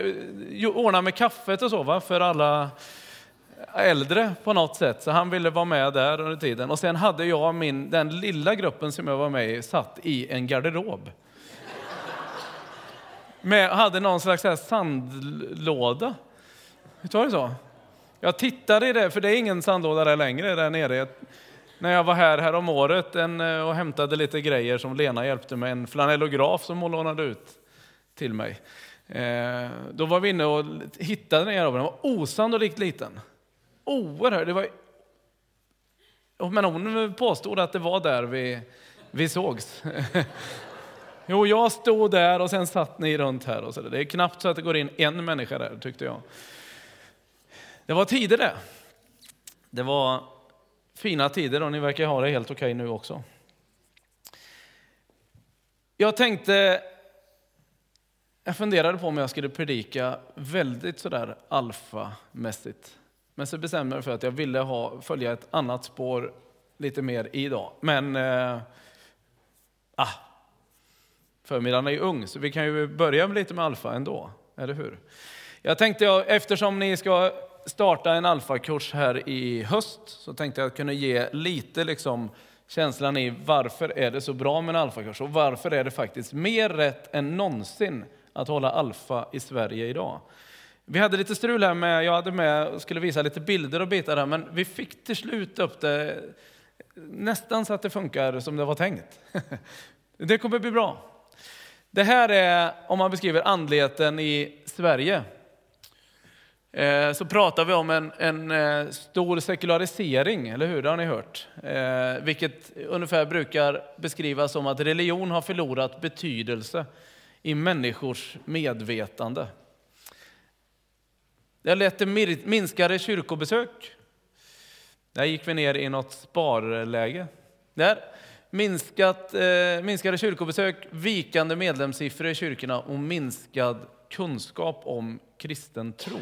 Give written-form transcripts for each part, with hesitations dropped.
ordna med kaffet och så, va? För alla äldre på något sätt. Så han ville vara med där under tiden. Och sen hade jag den lilla gruppen som jag var med i satt i en garderob. Hade någon slags här sandlåda. Hur var det så? Jag tittade i det, för det är ingen sandlåda där längre där nere. När jag var här om året och hämtade lite grejer som Lena hjälpte med, en flanellograf som hon lånade ut till mig. Då var vi inne och hittade den här. Den var osannolikt liten. Oerhört. Men hon påstod att det var där vi sågs. Jo, jag stod där och sen satt ni runt här. Och så. Det är knappt så att det går in en människa där, tyckte jag. Det var tider det. Det var fina tider och ni verkar ha det helt okej nu också. Jag funderade på om jag skulle predika väldigt sådär alfamässigt. Men så bestämde jag mig för att jag ville följa ett annat spår lite mer idag. Men förmiddagen är ju ung, så vi kan ju börja lite med alfa ändå, eller hur? Jag tänkte, eftersom ni ska starta en alfakurs här i höst, så tänkte jag kunna ge lite känslan i varför är det så bra med en alfakurs och varför är det faktiskt mer rätt än någonsin att hålla alfa i Sverige idag. Vi hade lite strul här jag hade med och skulle visa lite bilder och bitar där, men vi fick till slut upp det nästan så att det funkar som det var tänkt. Det kommer bli bra. Det här är, om man beskriver andligheten i Sverige, så pratar vi om en stor sekularisering, eller hur? Det har ni hört. Vilket ungefär brukar beskrivas som att religion har förlorat betydelse i människors medvetande. Det har lett till minskade kyrkobesök. Där gick vi ner i något sparläge. Där minskade kyrkobesök, vikande medlemssiffror i kyrkorna och minskad kunskap om kristen tro.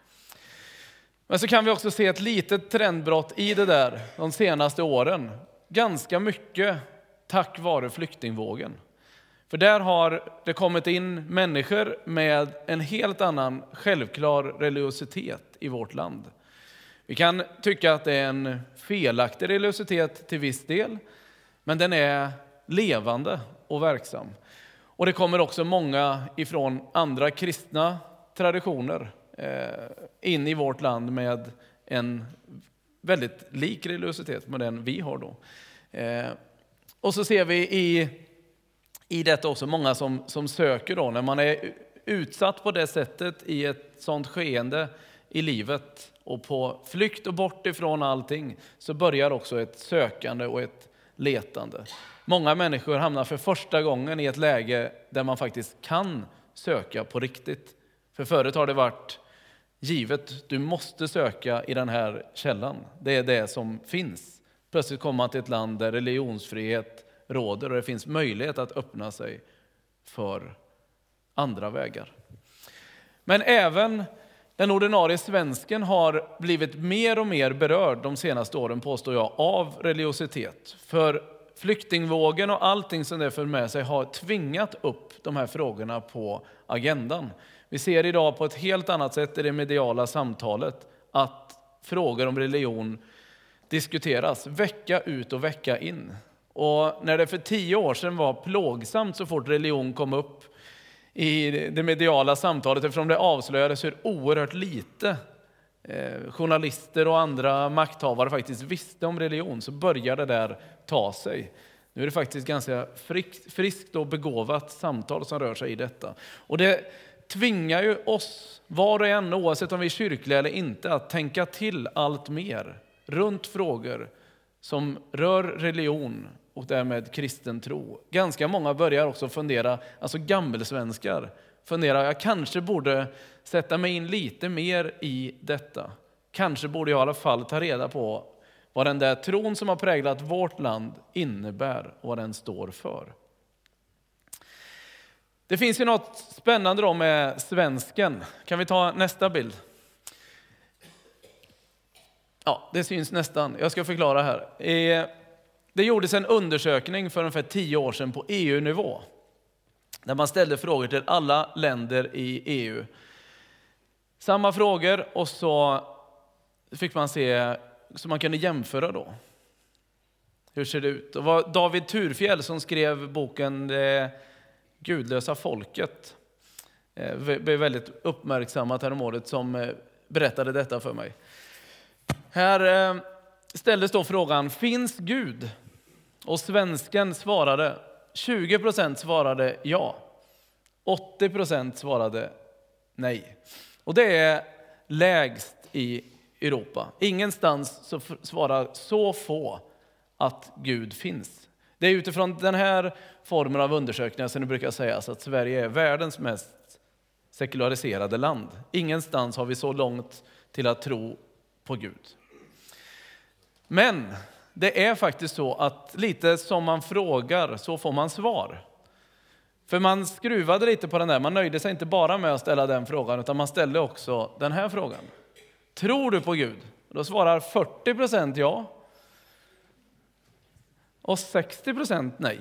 Men så kan vi också se ett litet trendbrott i det där de senaste åren. Ganska mycket tack vare flyktingvågen. För där har det kommit in människor med en helt annan självklar religiositet i vårt land. Vi kan tycka att det är en felaktig religiositet till viss del, men den är levande och verksam. Och det kommer också många ifrån andra kristna traditioner in i vårt land med en väldigt lik religiositet med den vi har då. Och så ser vi i detta också många som söker då, när man är utsatt på det sättet i ett sånt skeende i livet och på flykt och bort ifrån allting, så börjar också ett sökande och ett letande. Många människor hamnar för första gången i ett läge där man faktiskt kan söka på riktigt. För förut har det varit givet, du måste söka i den här källan. Det är det som finns. Plötsligt kommer man till ett land där religionsfrihet råder och det finns möjlighet att öppna sig för andra vägar. Men även den ordinarie svensken har blivit mer och mer berörd de senaste åren, påstår jag, av religiositet. För flyktingvågen och allting som det för med sig har tvingat upp de här frågorna på agendan. Vi ser idag på ett helt annat sätt i det mediala samtalet att frågor om religion diskuteras vecka ut och vecka in. Och när det för 10 år sedan var plågsamt så fort religion kom upp i det mediala samtalet, eftersom det avslöjades hur oerhört lite journalister och andra makthavare faktiskt visste om religion, så började det där ta sig. Nu är det faktiskt ganska friskt och begåvat samtal som rör sig i detta. Och det tvingar ju oss, var och en, oavsett om vi är kyrkliga eller inte, att tänka till allt mer runt frågor som rör religion och därmed kristen tro. Ganska många börjar också fundera, alltså gammelsvenskar funderar, jag kanske borde sätta mig in lite mer i detta. Kanske borde jag i alla fall ta reda på vad den där tron som har präglat vårt land innebär och vad den står för. Det finns ju något spännande då med svensken. Kan vi ta nästa bild? Ja, det syns nästan. Jag ska förklara här. Det gjordes en undersökning för ungefär 10 år sedan på EU-nivå. Där man ställde frågor till alla länder i EU. Samma frågor och så fick man se, så man kunde jämföra då. Hur ser det ut? Det var David Thurfjell som skrev boken Det gudlösa folket. Blev väldigt uppmärksammat här om året som berättade detta för mig. Här ställdes då frågan, finns Gud? Och svensken svarade, 20% svarade ja. 80% svarade nej. Och det är lägst i Europa. Ingenstans så svarar så få att Gud finns. Det är utifrån den här formen av undersökningar som det brukar sägas att Sverige är världens mest sekulariserade land. Ingenstans har vi så långt till att tro på Gud. Men det är faktiskt så att lite som man frågar så får man svar. För man skruvade lite på den där. Man nöjde sig inte bara med att ställa den frågan utan man ställde också den här frågan. Tror du på Gud? Då svarar 40% ja. Och 60% nej.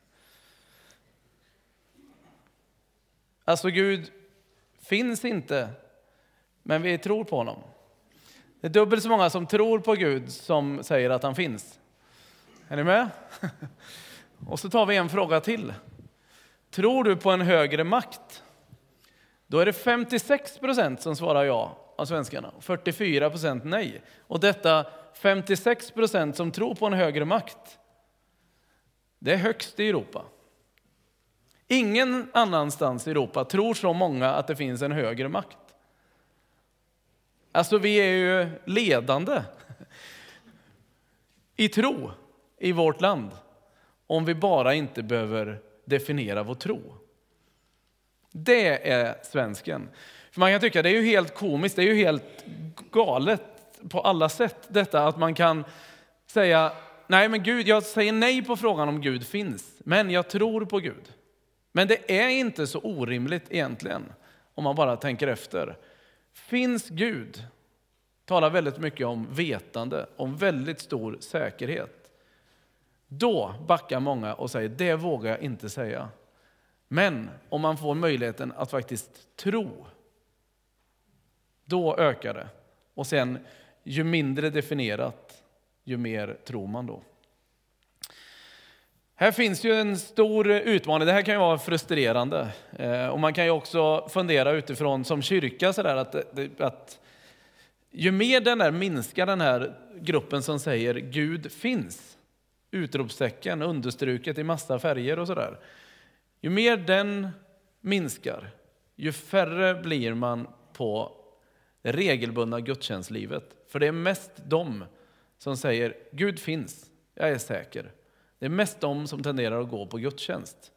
Alltså Gud finns inte, men vi tror på honom. Det är dubbelt så många som tror på Gud som säger att han finns. Är ni med? Och så tar vi en fråga till. Tror du på en högre makt? Då är det 56% som svarar ja av svenskarna och 44% nej. Och detta 56% som tror på en högre makt, det är högst i Europa. Ingen annanstans i Europa tror så många att det finns en högre makt. Alltså vi är ju ledande i tro i vårt land. Om vi bara inte behöver definiera vår tro. Det är svensken. För man kan tycka det är ju helt komiskt, det är ju helt galet på alla sätt detta att man kan säga nej men Gud, jag säger nej på frågan om Gud finns, men jag tror på Gud. Men det är inte så orimligt egentligen om man bara tänker efter. Finns Gud? Talar väldigt mycket om vetande, om väldigt stor säkerhet. Då backar många och säger det vågar jag inte säga. Men om man får möjligheten att faktiskt tro, då ökar det. Och sen ju mindre definierat, ju mer tror man då. Här finns ju en stor utmaning. Det här kan ju vara frustrerande. Och man kan ju också fundera utifrån som kyrka så där, att ju mer minskar den här gruppen som säger Gud finns, utropstecken understruket i massa färger och sådär. Ju mer den minskar, ju färre blir man på det regelbundna gudstjänstlivet. För det är mest de som säger Gud finns, jag är säker. Det är mest de som tenderar att gå på gudstjänst.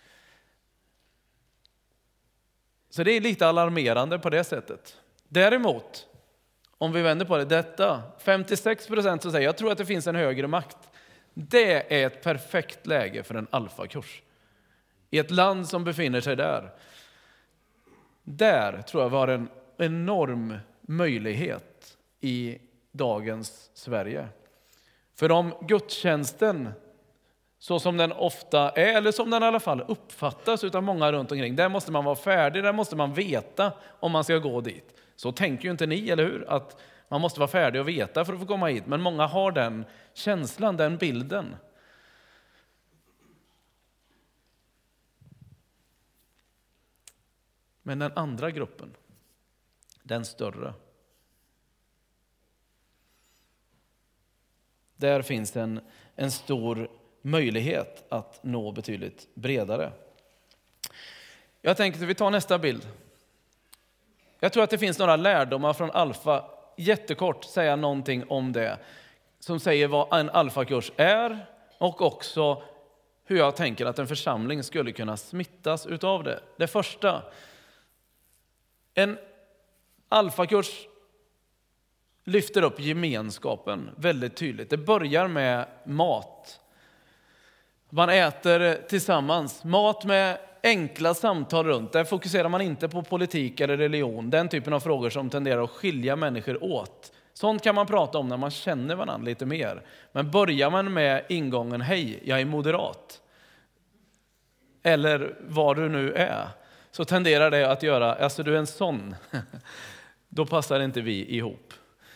Så det är lite alarmerande på det sättet. Däremot, om vi vänder på det, detta 56% som säger jag tror att det finns en högre makt. Det är ett perfekt läge för en alfakurs. I ett land som befinner sig där. Där tror jag var en enorm möjlighet i dagens Sverige. För om gudstjänsten så som den ofta är, eller som den i alla fall uppfattas utav många runt omkring, där måste man vara färdig, där måste man veta om man ska gå dit. Så tänker ju inte ni, eller hur? Att man måste vara färdig och veta för att få komma hit. Men många har den känslan, den bilden. Men den andra gruppen, den större. Där finns en stor möjlighet att nå betydligt bredare. Jag tänker att vi tar nästa bild. Jag tror att det finns några lärdomar från Alfa. Jättekort säga någonting om det. Som säger vad en alfakurs är. Och också hur jag tänker att en församling skulle kunna smittas utav det. Det första. En alfakurs lyfter upp gemenskapen väldigt tydligt. Det börjar med mat. Man äter tillsammans. Mat med enkla samtal runt. Där fokuserar man inte på politik eller religion. Den typen av frågor som tenderar att skilja människor åt. Sånt kan man prata om när man känner varandra lite mer. Men börjar man med ingången, hej, jag är moderat. Eller vad du nu är. Så tenderar det att göra, alltså du är en sån. då passar inte vi ihop.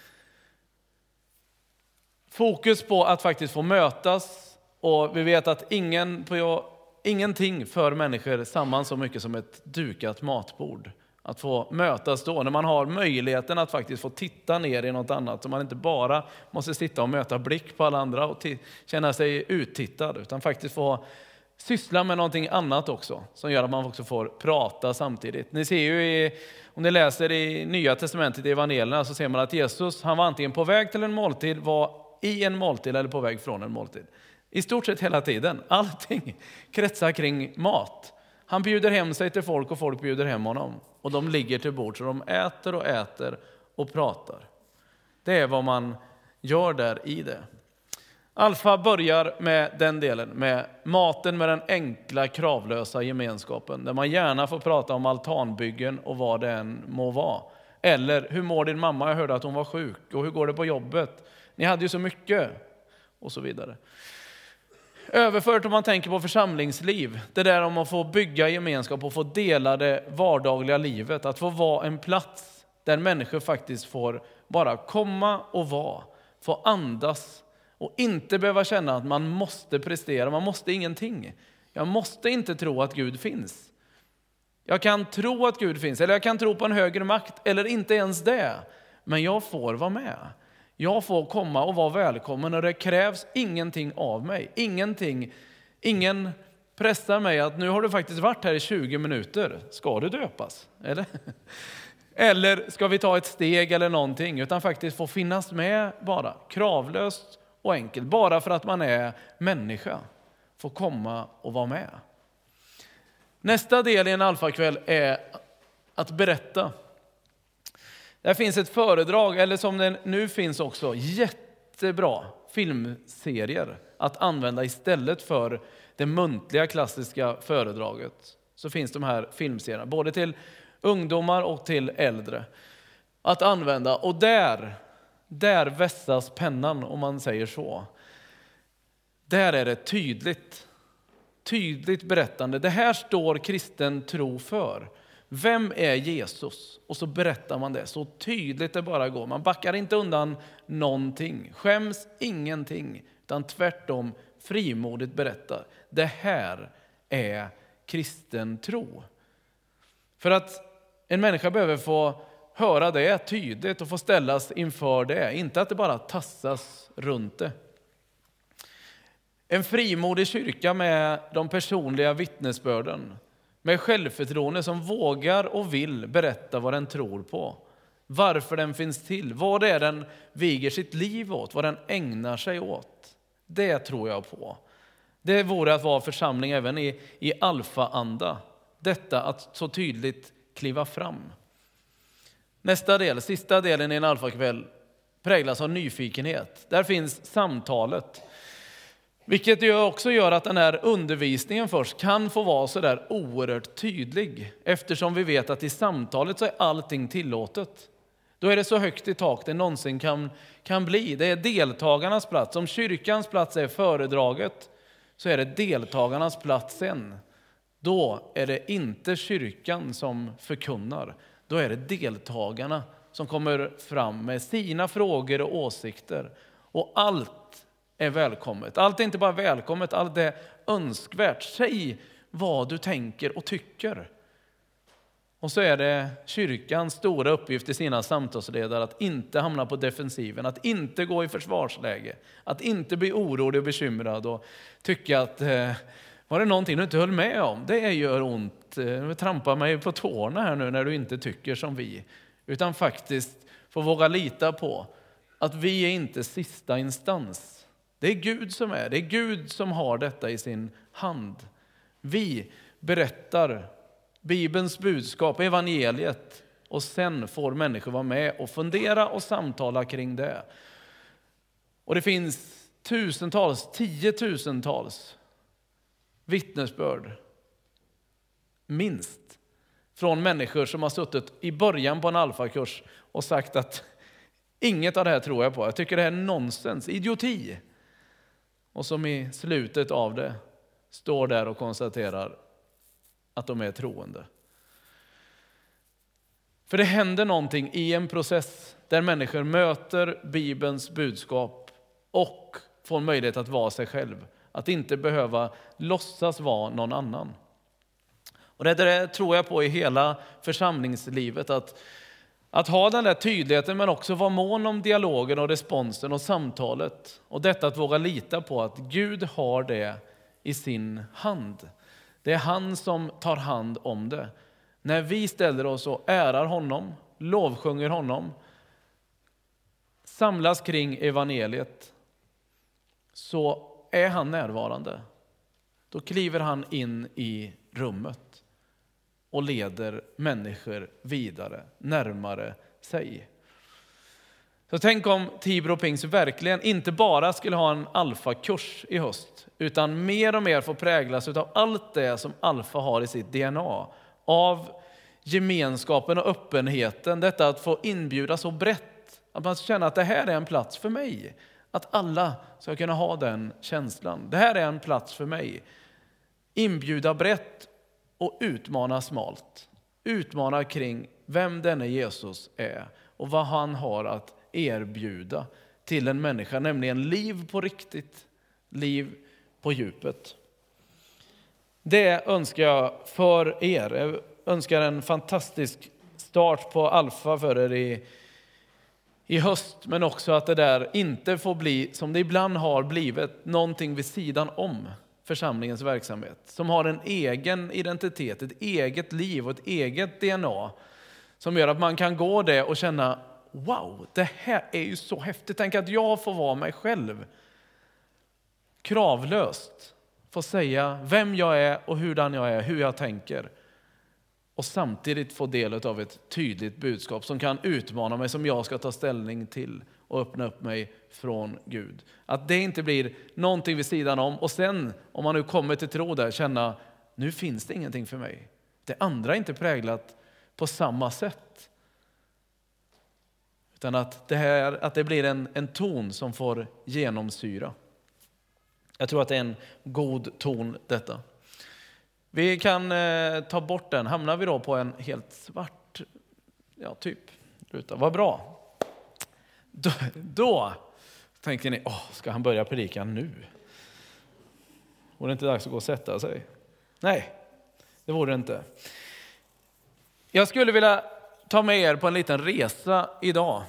Fokus på att faktiskt få mötas, och vi vet att ingenting för människor samman så mycket som ett dukat matbord. Att få mötas då, när man har möjligheten att faktiskt få titta ner i något annat, så man inte bara måste sitta och möta blick på alla andra och känna sig uttittad, utan faktiskt få syssla med någonting annat också, som gör att man också får prata samtidigt. Ni ser ju, om ni läser i Nya testamentet i evangelierna, så ser man att Jesus, han var antingen på väg till en måltid, var i en måltid eller på väg från en måltid. I stort sett hela tiden. Allting kretsar kring mat. Han bjuder hem sig till folk och folk bjuder hem honom. Och de ligger till bord, så de äter och pratar. Det är vad man gör där i det. Alfa börjar med den delen, med maten, med den enkla, kravlösa gemenskapen. Där man gärna får prata om altanbyggen och vad det än må vara. Eller, hur mår din mamma? Jag hörde att hon var sjuk. Och hur går det på jobbet? Ni hade ju så mycket. Och så vidare. Överfört om man tänker på församlingsliv. Det där om att få bygga gemenskap och få dela det vardagliga livet. Att få vara en plats där människor faktiskt får bara komma och vara. Få andas. Och inte behöva känna att man måste prestera. Man måste ingenting. Jag måste inte tro att Gud finns. Jag kan tro att Gud finns. Eller jag kan tro på en högre makt. Eller inte ens det. Men jag får vara med. Jag får komma och vara välkommen, och det krävs ingenting av mig. Ingen pressar mig att nu har du faktiskt varit här i 20 minuter. Ska du döpas? Eller ska vi ta ett steg eller någonting? Utan faktiskt få finnas med bara. Kravlöst och enkelt. Bara för att man är människa. Få komma och vara med. Nästa del i en alfakväll är att berätta. Där finns ett föredrag, eller som det nu finns också, jättebra filmserier att använda istället för det muntliga klassiska föredraget. Så finns de här filmserierna, både till ungdomar och till äldre, att använda. Och där vässas pennan, om man säger så. Där är det tydligt berättande. Det här står kristen tro för. Vem är Jesus? Och så berättar man det så tydligt det bara går. Man backar inte undan någonting. Skäms ingenting. Utan tvärtom frimodigt berättar. Det här är kristen tro. För att en människa behöver få höra det tydligt och få ställas inför det. Inte att det bara tassas runt det. En frimodig kyrka med de personliga vittnesbörden. Med självförtroende som vågar och vill berätta vad den tror på. Varför den finns till. Vad det är den viger sitt liv åt. Vad den ägnar sig åt. Det tror jag på. Det vore att vara församling även i alfa-anda. Detta att så tydligt kliva fram. Nästa del, sista delen i en alfakväll präglas av nyfikenhet. Där finns samtalet. Vilket ju också gör att den här undervisningen först kan få vara så där oerhört tydlig. Eftersom vi vet att i samtalet så är allting tillåtet. Då är det så högt i tak det någonsin kan bli. Det är deltagarnas plats. Om kyrkans plats är föredraget så är det deltagarnas plats sen. Då är det inte kyrkan som förkunnar. Då är det deltagarna som kommer fram med sina frågor och åsikter. Och allt är välkommet. Allt är inte bara välkommet, allt är önskvärt. Säg vad du tänker och tycker. Och så är det kyrkans stora uppgift i sina samtalsledare att inte hamna på defensiven, att inte gå i försvarsläge, att inte bli orolig och bekymrad och tycka att var det någonting du inte höll med om? Det gör ont. Du trampar mig på tårna här nu när du inte tycker som vi. Utan faktiskt få våga lita på att vi är inte sista instans. Det är Gud som är. Det är Gud som har detta i sin hand. Vi berättar Bibelns budskap, evangeliet. Och sen får människor vara med och fundera och samtala kring det. Och det finns tusentals, 10-tusentals vittnesbörd. Minst. Från människor som har suttit i början på en alfakurs och sagt att inget av det här tror jag på. Jag tycker det här är nonsens, idioti. Och som i slutet av det står där och konstaterar att de är troende. För det händer någonting i en process där människor möter Bibelns budskap och får möjlighet att vara sig själv. Att inte behöva låtsas vara någon annan. Och det tror jag på i hela församlingslivet. Att ha den där tydligheten men också vara mån om dialogen och responsen och samtalet. Och detta att våga lita på att Gud har det i sin hand. Det är han som tar hand om det. När vi ställer oss och ärar honom, lovsjunger honom, samlas kring evangeliet, så är han närvarande. Då kliver han in i rummet och leder människor vidare, närmare sig. Så tänk om Tibro Pingst verkligen inte bara skulle ha en alfakurs i höst, utan mer och mer få präglas av allt det som alfa har i sitt DNA. Av gemenskapen och öppenheten, detta att få inbjuda så brett, att man känner att det här är en plats för mig. Att alla ska kunna ha den känslan. Det här är en plats för mig. Inbjuda brett och utmana smalt. Utmana kring vem denne Jesus är och vad han har att erbjuda till en människa, nämligen liv på riktigt, liv på djupet. Det önskar jag för er. Jag önskar en fantastisk start på Alfa för er i höst, men också att det där inte får bli, som det ibland har blivit, någonting vid sidan om församlingens verksamhet. Som har en egen identitet, ett eget liv och ett eget DNA. Som gör att man kan gå det och känna, wow, det här är ju så häftigt. Tänk att jag får vara mig själv. Kravlöst. Få säga vem jag är och hurdan jag är, hur jag tänker. Och samtidigt få del av ett tydligt budskap som kan utmana mig, som jag ska ta ställning till och öppna upp mig från Gud. Att det inte blir någonting vid sidan om och sen, om man nu kommer till tro där, känna, nu finns det ingenting för mig. Det andra är inte präglat på samma sätt. Utan att det blir en ton som får genomsyra. Jag tror att det är en god ton detta. Vi kan ta bort den. Hamnar vi då på en helt svart, typ ruta. Vad bra. Då tänker ni, ska han börja predika nu? Vore det inte dags att gå och sätta sig? Nej, det vore det inte. Jag skulle vilja ta med er på en liten resa idag.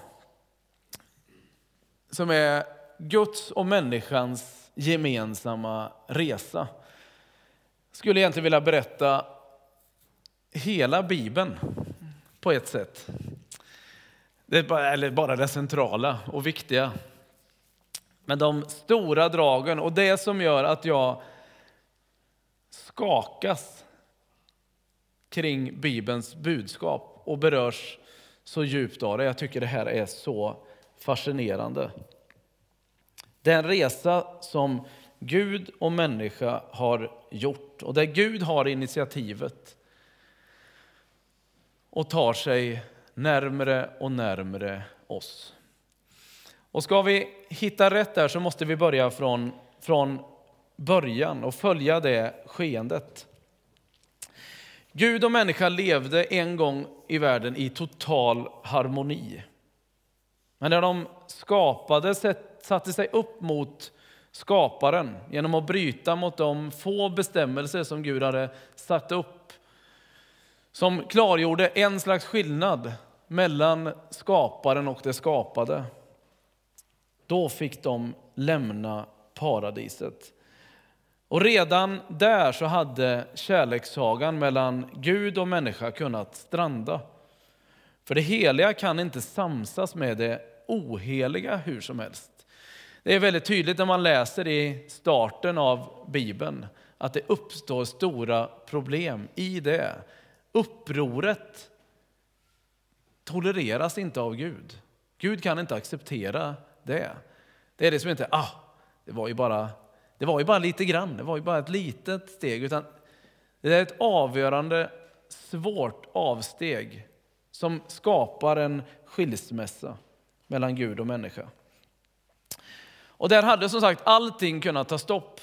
Som är Guds och människans gemensamma resa. Skulle egentligen vilja berätta hela Bibeln på ett sätt. Det är bara det centrala och viktiga. Men de stora dragen och det som gör att jag skakas kring Bibelns budskap och berörs så djupt av det. Jag tycker det här är så fascinerande. Den resa som Gud och människa har gjort och där Gud har initiativet och tar sig närmare och närmare oss. Och ska vi hitta rätt där så måste vi börja från början och följa det skeendet. Gud och människa levde en gång i världen i total harmoni. Men när de skapade satte sig upp mot skaparen genom att bryta mot de få bestämmelser som Gud hade satt upp, som klargjorde en slags skillnad mellan skaparen och det skapade. Då fick de lämna paradiset. Och redan där så hade kärlekssagan mellan Gud och människa kunnat stranda. För det heliga kan inte samsas med det oheliga hur som helst. Det är väldigt tydligt när man läser i starten av Bibeln att det uppstår stora problem i det. Upproret tolereras inte av Gud. Gud kan inte acceptera det. Det är det som inte, det var ju bara lite grann, det var ju bara ett litet steg. Utan det är ett avgörande, svårt avsteg som skapar en skilsmässa mellan Gud och människa. Och där hade som sagt allting kunnat ta stopp.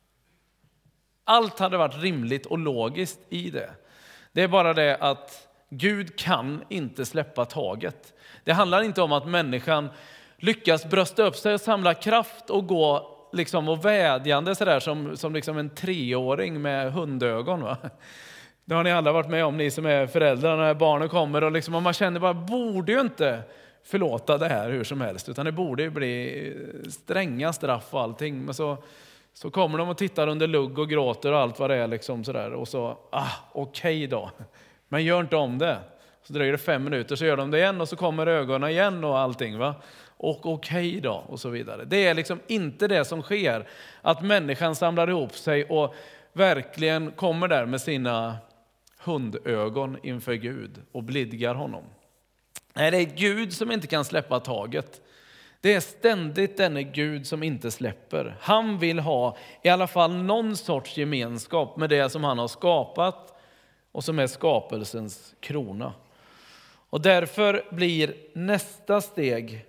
Allt hade varit rimligt och logiskt i det. Det är bara det att Gud kan inte släppa taget. Det handlar inte om att människan lyckas brösta upp sig och samla kraft och gå liksom och vädjande sådär som liksom en 3-åring med hundögon. Va? Det har ni alla varit med om, ni som är föräldrar, när barnen kommer och, liksom, och man känner bara, borde ju inte förlåta det här hur som helst, utan det borde ju bli stränga straff och allting. Men så kommer de och tittar under lugg och gråter och allt vad det är liksom sådär, och så, okej då. Men gör inte om det. Så dröjer det 5 minuter, så gör de det igen och så kommer ögonen igen och allting, va? Och okej då, och så vidare. Det är liksom inte det som sker, att människan samlar ihop sig och verkligen kommer där med sina hundögon inför Gud och blidgar honom. Nej, det är Gud som inte kan släppa taget. Det är ständigt denne Gud som inte släpper. Han vill ha i alla fall någon sorts gemenskap med det som han har skapat och som är skapelsens krona. Och därför blir nästa steg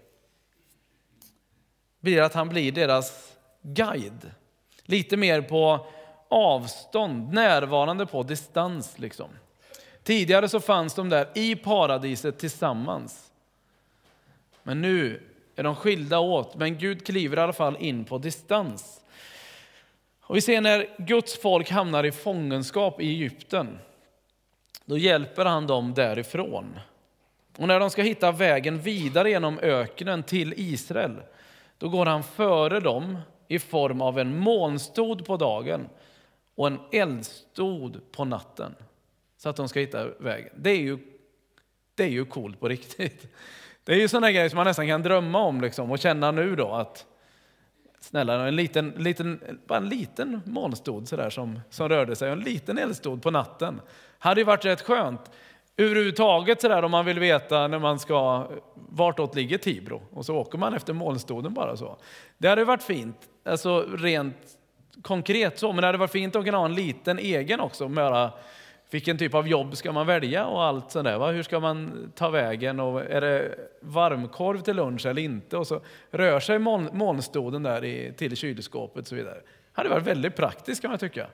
att han blir deras guide. Lite mer på avstånd, närvarande på distans liksom. Tidigare så fanns de där i paradiset tillsammans. Men nu är de skilda åt, men Gud kliver i alla fall in på distans. Och vi ser när Guds folk hamnar i fångenskap i Egypten, då hjälper han dem därifrån. Och när de ska hitta vägen vidare genom öknen till Israel, då går han före dem i form av en molnstod på dagen och en eldstod på natten, så att de ska hitta vägen. Det är ju coolt på riktigt. Det är ju sådana grejer som man nästan kan drömma om liksom, och känna nu då att snälla, en liten molnstod så där som rörde sig, och en liten eldstod på natten hade ju varit rätt skönt. Överhuvudtaget så där, om man vill veta när man ska, vartåt ligger Tibro, och så åker man efter molnstoden bara så. Det hade varit fint, alltså rent konkret så, men det hade varit fint att kunna ha en liten egen också, med vilken typ av jobb ska man välja och allt sådär, va? Hur ska man ta vägen, och är det varmkorv till lunch eller inte, och så rör sig molnstoden där till kylskåpet och så vidare. Det hade varit väldigt praktiskt, kan man tycka.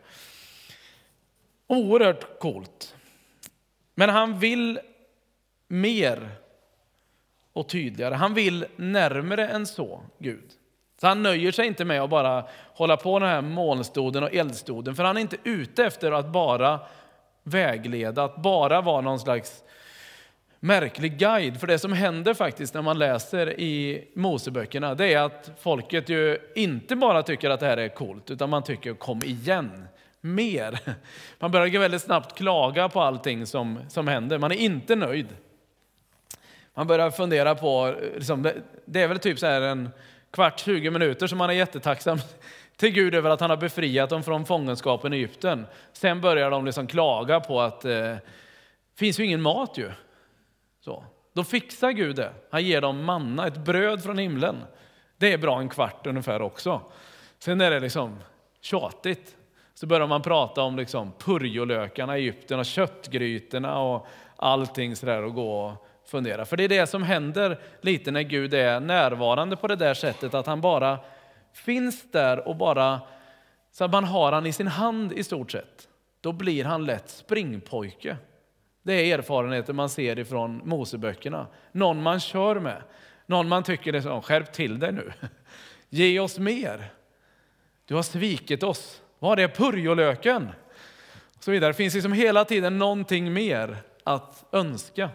Oerhört coolt. Men han vill mer och tydligare. Han vill närmare än så, Gud. Så han nöjer sig inte med att bara hålla på den här molnstoden och eldstoden. För han är inte ute efter att bara vägleda, att bara vara någon slags märklig guide. För det som händer faktiskt när man läser i Moseböckerna, det är att folket ju inte bara tycker att det här är coolt, utan man tycker kom igen. Mer. Man börjar väldigt snabbt klaga på allting som händer. Man är inte nöjd. Man börjar fundera på, liksom, det är väl typ så här en 20 minuter som man är jättetacksam till Gud över att han har befriat dem från fångenskapen i Egypten. Sen börjar de liksom klaga på att finns ju ingen mat ju. Så. Då fixar Gud det. Han ger dem manna, ett bröd från himlen. Det är bra en kvart ungefär också. Sen är det liksom tjatigt. Så börjar man prata om liksom purjolökarna i Egypten och köttgrytorna och allting sådär, och gå och fundera. För det är det som händer lite när Gud är närvarande på det där sättet, att han bara finns där och bara, så att man har han i sin hand i stort sett. Då blir han lätt springpojke. Det är erfarenheter man ser ifrån Moseböckerna. Någon man kör med. Någon man tycker är så, skärp till dig nu. Ge oss mer. Du har svikit oss. Vad är purjolöken? Och så vidare. Det finns liksom hela tiden någonting mer att önska.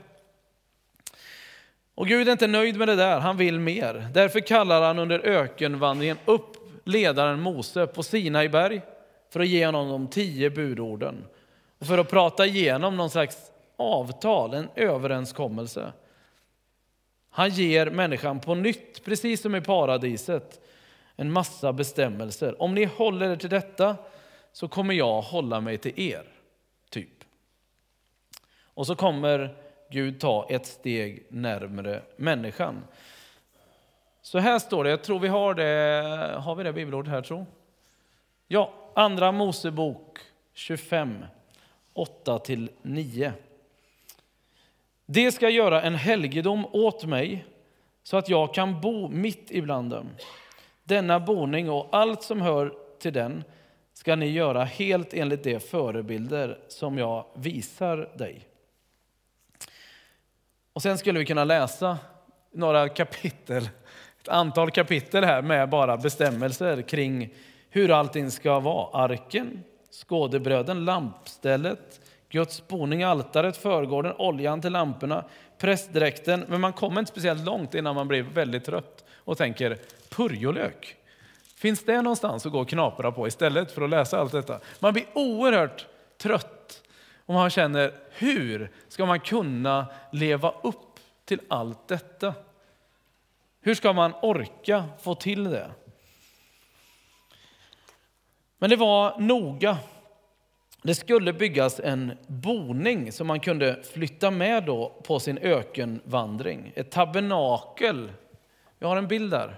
Och Gud är inte nöjd med det där. Han vill mer. Därför kallar han under ökenvandringen upp ledaren Mose på Sinai berg för att ge honom de 10 budorden. Och för att prata igenom någon slags avtal, en överenskommelse. Han ger människan på nytt, precis som i paradiset, en massa bestämmelser. Om ni håller er till detta så kommer jag hålla mig till er. Typ. Och så kommer Gud ta ett steg närmare människan. Så här står det, jag tror vi har det. Har vi det bibelordet här, tror? Ja, andra Mosebok 25, 8-9. Det ska göra en helgedom åt mig så att jag kan bo mitt ibland dem. Denna boning och allt som hör till den ska ni göra helt enligt de förebilder som jag visar dig. Och sen skulle vi kunna läsa några kapitel, ett antal kapitel här med bara bestämmelser kring hur allting ska vara. Arken, skådebröden, lampstället, Guds boning, altaret, förgården, oljan till lamporna, prästdräkten. Men man kommer inte speciellt långt innan man blir väldigt trött och tänker, purjolök. Finns det någonstans att gå och knapra på istället för att läsa allt detta? Man blir oerhört trött och man känner, hur ska man kunna leva upp till allt detta? Hur ska man orka få till det? Men det var noga. Det skulle byggas en boning som man kunde flytta med då på sin ökenvandring. Ett tabernakel. Jag har en bild där.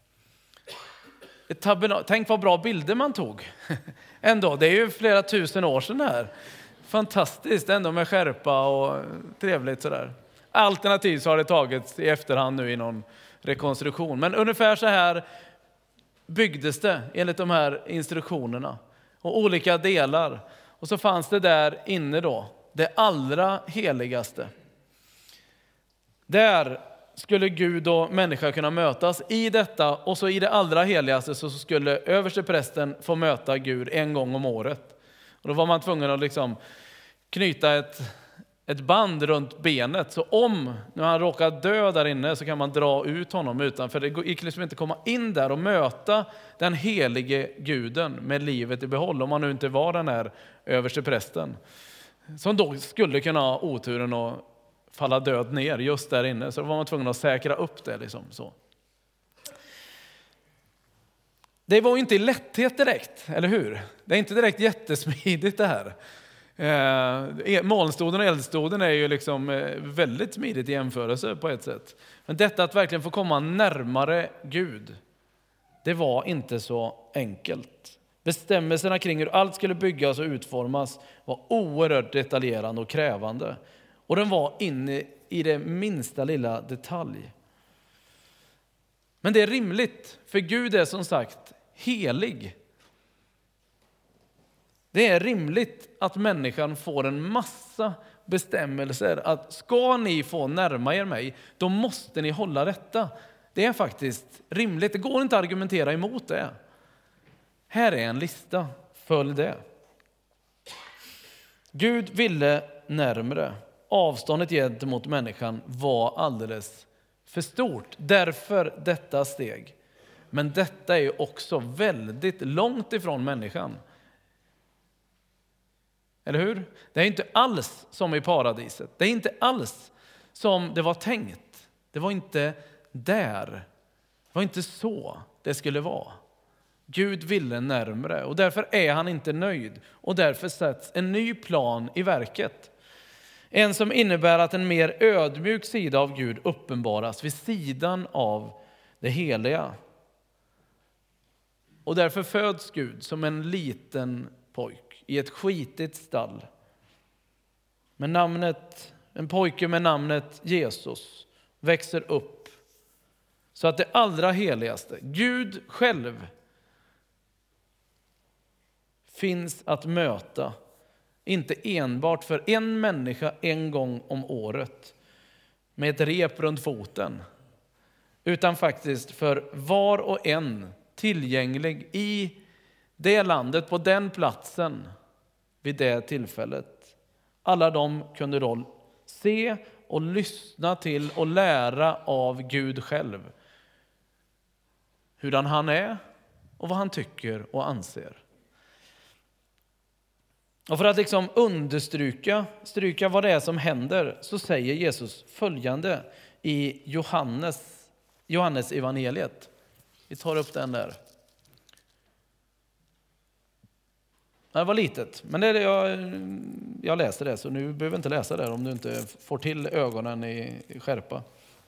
Tänk vad bra bilder man tog. Ändå, det är ju flera tusen år sedan här. Fantastiskt, ändå med skärpa och trevligt sådär. Alternativt så har det tagits i efterhand nu i någon rekonstruktion. Men ungefär så här byggdes det enligt de här instruktionerna. Och olika delar. Och så fanns det där inne då, det allra heligaste. Där skulle Gud och människa kunna mötas i detta, och så i det allra heligaste så skulle översteprästen få möta Gud en gång om året. Och då var man tvungen att liksom knyta ett band runt benet, så om när han råkar dö där inne så kan man dra ut honom utanför. Det gick liksom inte komma in där och möta den helige guden med livet i behåll, om man nu inte var den här översteprästen som då skulle kunna ha oturen att falla död ner just där inne. Så då var man tvungen att säkra upp det liksom så. Det var ju inte i lätthet direkt, eller hur? Det är inte direkt jättesmidigt det här. Molnstoden och eldstoden är ju liksom väldigt smidigt i jämförelse på ett sätt. Men detta att verkligen få komma närmare Gud, det var inte så enkelt. Bestämmelserna kring hur allt skulle byggas och utformas var oerhört detaljerande och krävande. Och den var inne i det minsta lilla detalj. Men det är rimligt, för Gud är som sagt helig. Det är rimligt att människan får en massa bestämmelser. Att ska ni få närma er mig, då måste ni hålla detta. Det är faktiskt rimligt. Det går inte att argumentera emot det. Här är en lista. Följ det. Gud ville närmare. Avståndet gentemot människan var alldeles för stort. Därför detta steg. Men detta är ju också väldigt långt ifrån människan. Eller hur? Det är inte alls som i paradiset. Det är inte alls som det var tänkt. Det var inte där. Det var inte så det skulle vara. Gud ville närmare och därför är han inte nöjd. Och därför sätts en ny plan i verket. En som innebär att en mer ödmjuk sida av Gud uppenbaras vid sidan av det heliga. Och därför föds Gud som en liten pojk i ett skitigt stall. Men en pojke med namnet Jesus växer upp så att det allra heligaste, Gud själv, finns att möta. Inte enbart för en människa en gång om året med ett rep runt foten, utan faktiskt för var och en tillgänglig i det landet, på den platsen, vid det tillfället. Alla de kunde då se och lyssna till och lära av Gud själv. Hurdan han är och vad han tycker och anser. Och för att liksom understryka vad det är som händer, så säger Jesus följande i Johannes evangeliet. Vi tar upp den där. Det var litet, men jag läser det, så nu behöver inte läsa det om du inte får till ögonen i skärpa.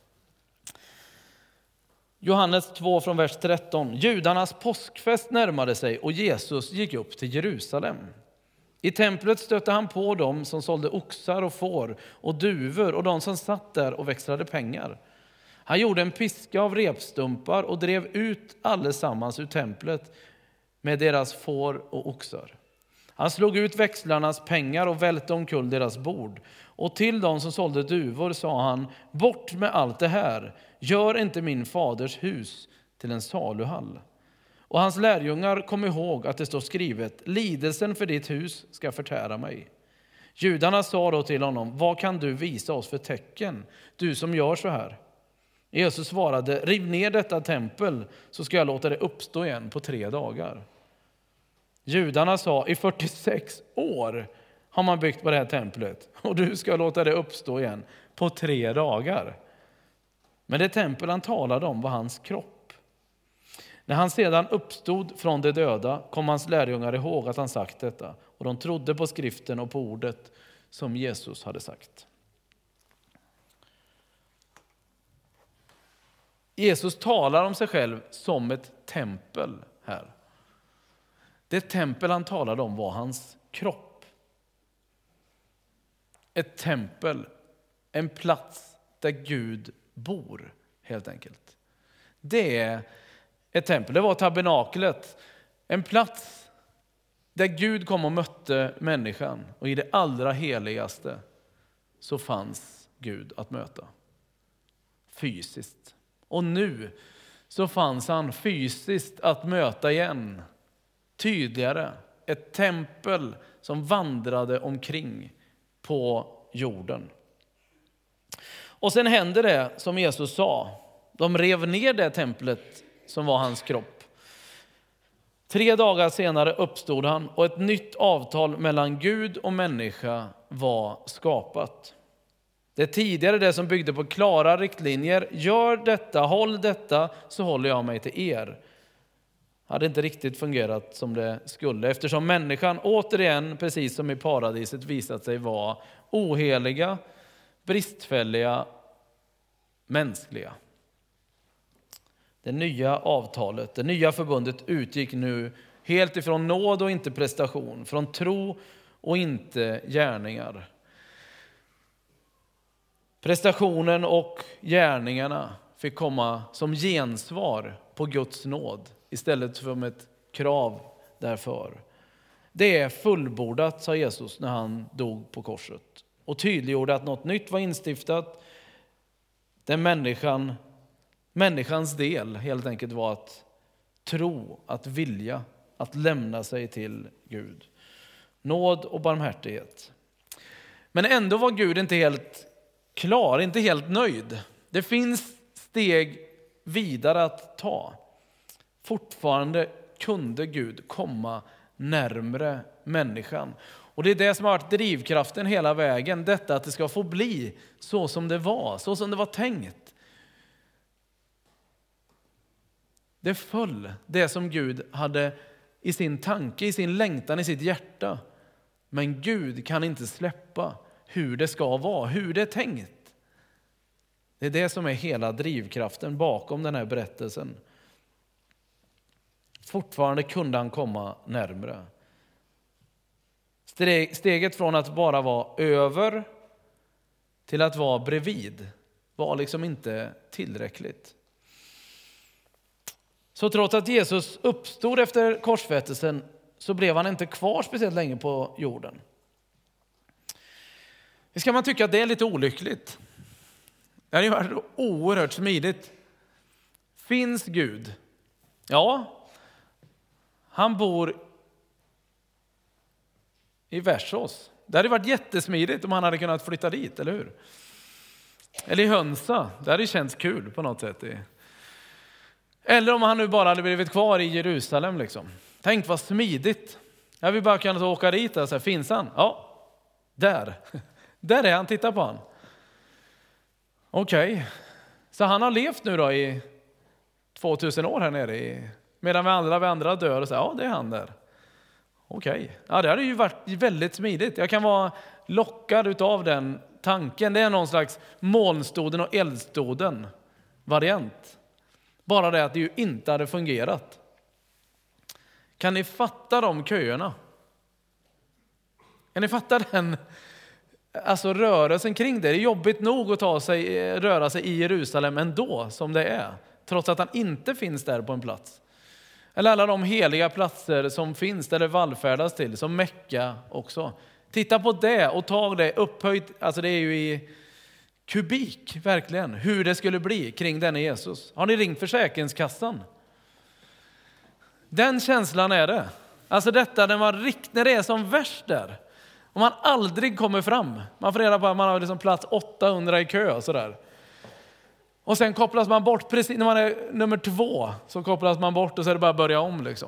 Johannes 2 från vers 13. Judarnas påskfest närmade sig och Jesus gick upp till Jerusalem. I templet stötte han på dem som sålde oxar och får och duvor och de som satt där och växlade pengar. Han gjorde en piska av repstumpar och drev ut allesammans ur templet med deras får och oxar. Han slog ut växlarnas pengar och välte omkull deras bord. Och till de som sålde duvor sa han: bort med allt det här, gör inte min faders hus till en saluhall. Och hans lärjungar kom ihåg att det står skrivet: lidelsen för ditt hus ska förtära mig. Judarna sa då till honom: vad kan du visa oss för tecken, du som gör så här? Jesus svarade: riv ner detta tempel, så ska jag låta det uppstå igen på 3 dagar. Judarna sa: i 46 år har man byggt på det här templet, och du ska låta det uppstå igen på 3 dagar. Men det tempel han talade om var hans kropp. När han sedan uppstod från de döda kom hans lärjungar ihåg att han sagt detta, och de trodde på skriften och på ordet som Jesus hade sagt. Jesus talar om sig själv som ett tempel här. Det tempel han talade om var hans kropp. Ett tempel, en plats där Gud bor, helt enkelt. Det är ett tempel, det var tabernaklet. En plats där Gud kom och mötte människan, och i det allra heligaste så fanns Gud att möta. Fysiskt. Och nu så fanns han fysiskt att möta igen. Tydligare. Ett tempel som vandrade omkring på jorden. Och sen hände det som Jesus sa. De rev ner det templet som var hans kropp. 3 dagar senare uppstod han, och ett nytt avtal mellan Gud och människa var skapat. Det tidigare, det som byggde på klara riktlinjer, gör detta, håll detta, så håller jag mig till er, hade inte riktigt fungerat som det skulle, eftersom människan återigen, precis som i paradiset, visat sig vara oheliga, bristfälliga, mänskliga. Det nya avtalet, det nya förbundet utgick nu helt ifrån nåd och inte prestation, från tro och inte gärningar. Prestationen och gärningarna fick komma som gensvar på Guds nåd istället för som ett krav därför. Det är fullbordat, sa Jesus när han dog på korset, och tydliggjorde att något nytt var instiftat. Den människans del helt enkelt var att tro, att vilja, att lämna sig till Gud. Nåd och barmhärtighet. Men ändå var Gud inte helt klar, inte helt nöjd. Det finns steg vidare att ta. Fortfarande kunde Gud komma närmare människan. Och det är det som har varit drivkraften hela vägen. Detta att det ska få bli så som det var, så som det var tänkt. Det föll, det som Gud hade i sin tanke, i sin längtan, i sitt hjärta. Men Gud kan inte släppa hur det ska vara, hur det är tänkt. Det är det som är hela drivkraften bakom den här berättelsen. Fortfarande kunde han komma närmare. Steget från att bara vara över till att vara bredvid var liksom inte tillräckligt. Så trots att Jesus uppstod efter korsfästelsen så blev han inte kvar speciellt länge på jorden. Det ska man tycka att det är lite olyckligt. Det hade ju varit oerhört smidigt. Finns Gud? Ja, han bor i Värsås. Det hade varit jättesmidigt om han hade kunnat flytta dit, eller hur? Eller i Hönsa. Det hade känts kul på något sätt. Eller om han nu bara hade blivit kvar i Jerusalem liksom. Tänk vad smidigt. Jag vill bara kunna åka dit och säga, finns han? Ja, där. Där är han, titta på han. Okej. Så han har levt nu då i 2000 år här nere. Medan vi andra dör och säger, ja det är han där. Okej. Ja, det hade ju varit väldigt smidigt. Jag kan vara lockad utav den tanken. Det är någon slags molnstoden och eldstoden variant. Bara det att det ju inte hade fungerat. Kan ni fatta de köerna? Kan ni fatta den rörelsen kring det? Det är jobbigt nog att röra sig i Jerusalem ändå som det är. Trots att han inte finns där på en plats. Eller alla de heliga platser som finns där det vallfärdas till. Som Mecka också. Titta på det och ta det upphöjt, alltså det är ju i kubik verkligen, hur det skulle bli kring denne Jesus. Har ni ringt Försäkringskassan? Den känslan är det. Alltså detta när det är som värst där. Och man aldrig kommer fram. Man får reda på att man har liksom plats 800 i kö och sådär. Och sen kopplas man bort, precis när man är nummer 2 så kopplas man bort och så är det bara att börja om liksom.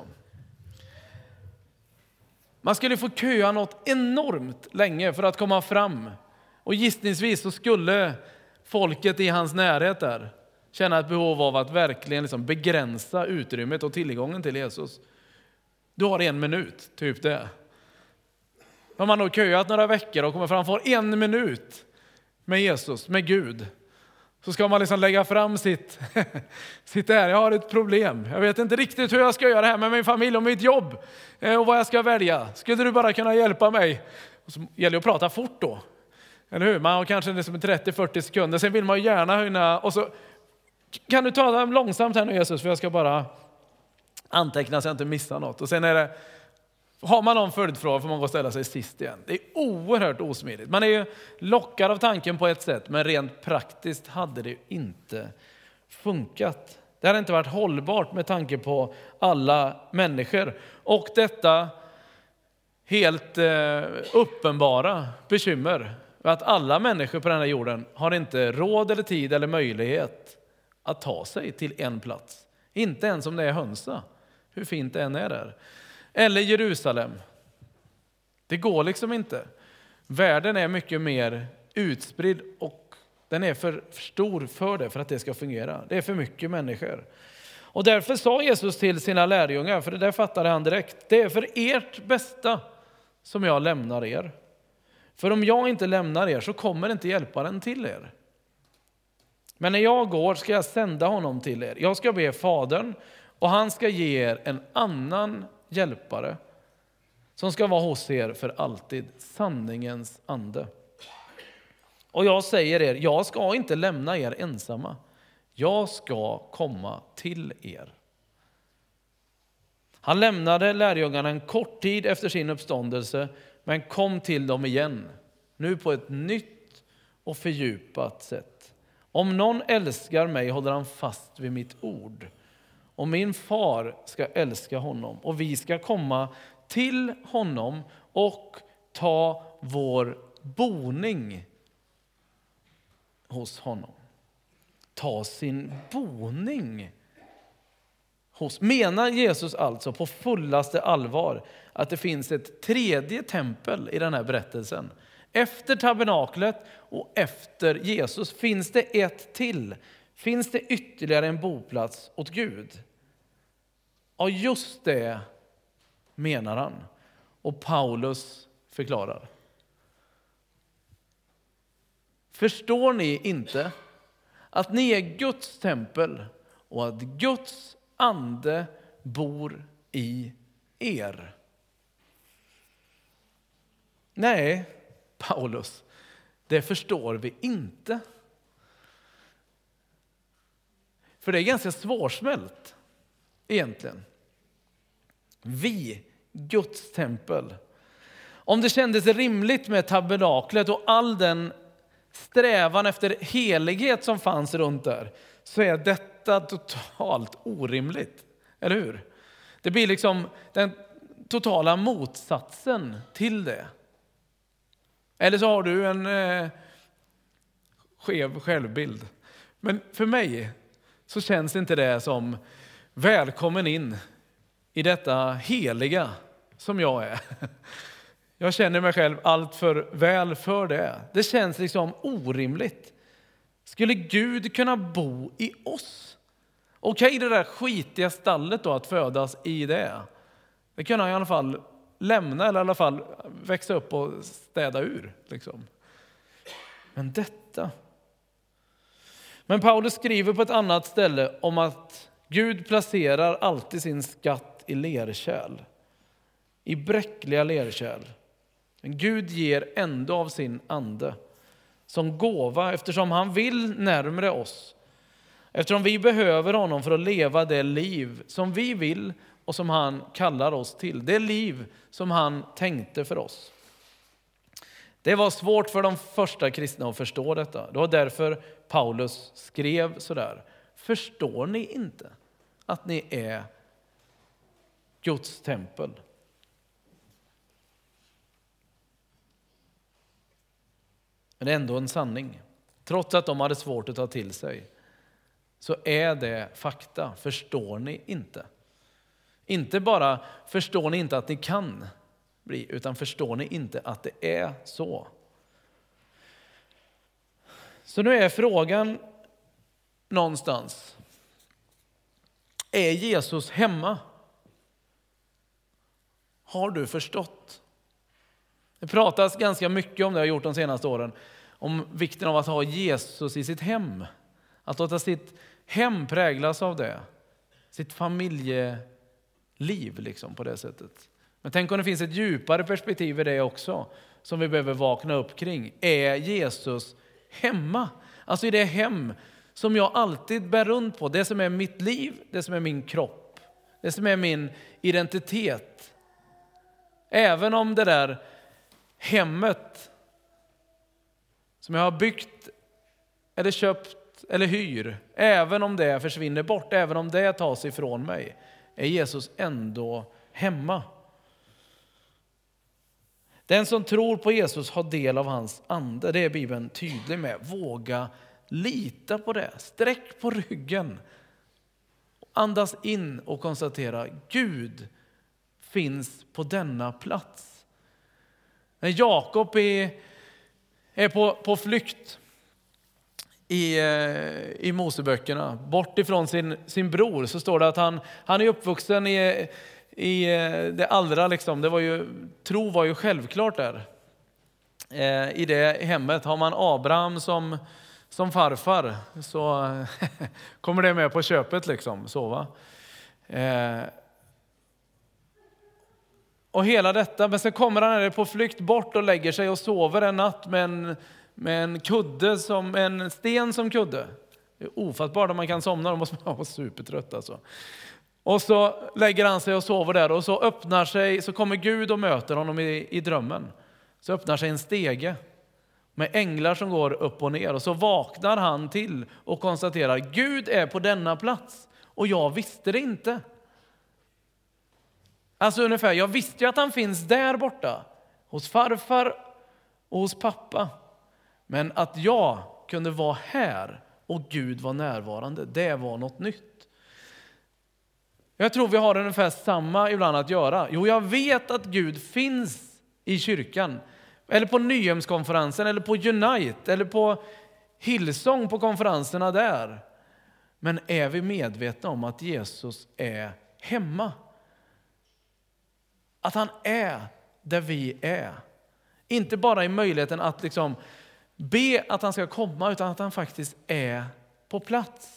Man skulle få köa något enormt länge för att komma fram. Och gissningsvis så skulle folket i hans närhet där känna ett behov av att verkligen liksom begränsa utrymmet och tillgången till Jesus. Du har 1 minut, typ det. Om man då köat några veckor och kommer fram för 1 minut med Jesus, med Gud, så ska man liksom lägga fram sitt där. Jag har ett problem. Jag vet inte riktigt hur jag ska göra det här med min familj och mitt jobb. Och vad jag ska välja. Skulle du bara kunna hjälpa mig? Och så gäller det att prata fort då. Eller hur? Man har kanske liksom 30-40 sekunder. Sen vill man ju gärna höjna. Och så kan du ta det långsamt här nu Jesus. För jag ska bara anteckna så jag inte missar något. Och sen är det... Har man någon följdfråga får man gå och ställa sig sist igen. Det är oerhört osmidigt. Man är ju lockad av tanken på ett sätt, men rent praktiskt hade det inte funkat. Det hade inte varit hållbart med tanke på alla människor. Och detta helt uppenbara bekymmer att alla människor på den här jorden har inte råd eller tid eller möjlighet att ta sig till en plats. Inte ens om det är Hönsa, hur fint det än är där. Eller Jerusalem. Det går liksom inte. Världen är mycket mer utspridd och den är för stor för att det ska fungera. Det är för mycket människor. Och därför sa Jesus till sina lärjungar, för det där fattade han direkt. Det är för ert bästa som jag lämnar er. För om jag inte lämnar er så kommer inte hjälparen till er. Men när jag går ska jag sända honom till er. Jag ska be Fadern och han ska ge er en annan hjälpare som ska vara hos er för alltid, sanningens ande. Och jag säger er, jag ska inte lämna er ensamma. Jag ska komma till er. Han lämnade lärjungarna en kort tid efter sin uppståndelse, men kom till dem igen, nu på ett nytt och fördjupat sätt. Om någon älskar mig håller han fast vid mitt ord. Och min far ska älska honom. Och vi ska komma till honom och ta vår boning hos honom. Ta sin boning hos. Menar Jesus alltså på fullaste allvar att det finns ett tredje tempel i den här berättelsen? Efter tabernaklet och efter Jesus finns det ett till. Finns det ytterligare en boplats åt Gud? Ja, just det menar han. Och Paulus förklarar. Förstår ni inte att ni är Guds tempel och att Guds ande bor i er? Nej, Paulus, det förstår vi inte. För det är ganska svårsmält egentligen. Vi, Guds tempel. Om det kändes rimligt med tabernaklet och all den strävan efter helighet som fanns runt där, så är detta totalt orimligt. Eller hur? Det blir liksom den totala motsatsen till det. Eller så har du en skev självbild. Men för mig så känns inte det som välkommen in i detta heliga som jag är. Jag känner mig själv allt för väl för det. Det känns liksom orimligt. Skulle Gud kunna bo i oss? Okej, det där skitiga stallet då, att födas i det. Det kan han i alla fall lämna eller i alla fall växa upp och städa ur. Liksom. Men detta. Men Paulus skriver på ett annat ställe om att Gud placerar alltid sin skatt i lerkärl. I bräckliga lerkärl. Men Gud ger ändå av sin ande som gåva eftersom han vill närmare oss. Eftersom vi behöver honom för att leva det liv som vi vill och som han kallar oss till. Det liv som han tänkte för oss. Det var svårt för de första kristna att förstå detta. Det var därför Paulus skrev sådär. Förstår ni inte att ni är Guds tempel? Men det är ändå en sanning. Trots att de hade svårt att ta till sig, så är det fakta. Förstår ni inte? Inte bara förstår ni inte att ni kan bli, utan förstår ni inte att det är så. Så nu är frågan någonstans. Är Jesus hemma? Har du förstått? Det pratas ganska mycket om det, jag har gjort de senaste åren, om vikten av att ha Jesus i sitt hem. Att låta sitt hem präglas av det. Sitt familjeliv liksom på det sättet. Men tänk om det finns ett djupare perspektiv i det också, som vi behöver vakna upp kring. Är Jesus hemma? Alltså i det hem som jag alltid bär runt på. Det som är mitt liv, det som är min kropp. Det som är min identitet. Även om det där hemmet som jag har byggt eller köpt eller hyr, även om det försvinner bort, även om det tas ifrån mig, är Jesus ändå hemma. Den som tror på Jesus har del av hans ande. Det är Bibeln tydlig med. Våga lita på det. Sträck på ryggen. Andas in och konstatera: Gud finns på denna plats. När Jakob är på flykt i Moseböckerna, bort ifrån sin bror, så står det att han är uppvuxen i det allra liksom, tro var ju självklart där. I det hemmet har man Abraham som farfar, så kommer det med på köpet liksom, så va. Och hela detta, men sen kommer han på flykt bort och lägger sig och sover en natt med en kudde, som en sten som kudde. Det är ofattbart om man kan somna, då måste man vara supertrött alltså. Och så lägger han sig och sover där, och så kommer Gud och möter honom i drömmen. Så öppnar sig en stege med änglar som går upp och ner, och så vaknar han till och konstaterar: Gud är på denna plats och jag visste det inte. Alltså ungefär, jag visste ju att han finns där borta hos farfar och hos pappa. Men att jag kunde vara här och Gud var närvarande, det var något nytt. Jag tror vi har ungefär samma ibland att göra. Jo, jag vet att Gud finns i kyrkan. Eller på Nyhemskonferensen, eller på Unite, eller på Hillsong på konferenserna där. Men är vi medvetna om att Jesus är hemma? Att han är där vi är. Inte bara i möjligheten att liksom be att han ska komma, utan att han faktiskt är på plats.